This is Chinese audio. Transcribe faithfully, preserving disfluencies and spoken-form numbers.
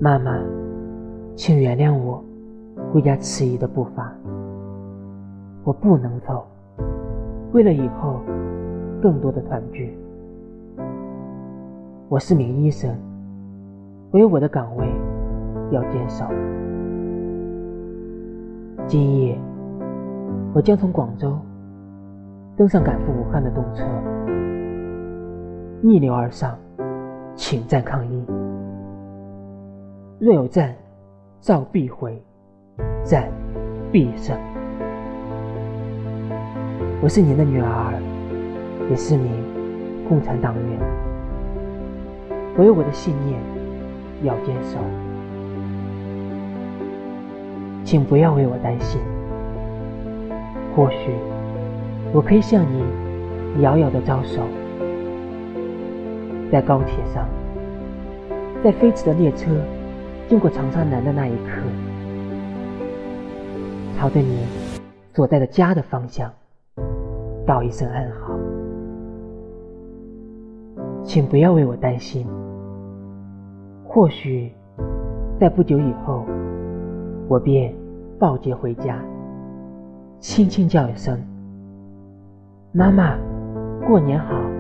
妈妈，请原谅我回家迟疑的步伐。我不能走，为了以后更多的团聚。我是名医生，我有我的岗位要坚守。今夜我将从广州登上赶赴武汉的动车，逆流而上，请战抗议。若有战，召必回，战必胜。我是您的女儿，也是名共产党员。我有我的信念要坚守，请不要为我担心。或许我可以向你遥遥的招手，在高铁上，在飞驰的列车经过长沙南的那一刻，朝着你所在的家的方向道一声安好。请不要为我担心，或许在不久以后，我便抱捷回家，轻轻叫一声妈妈，过年好。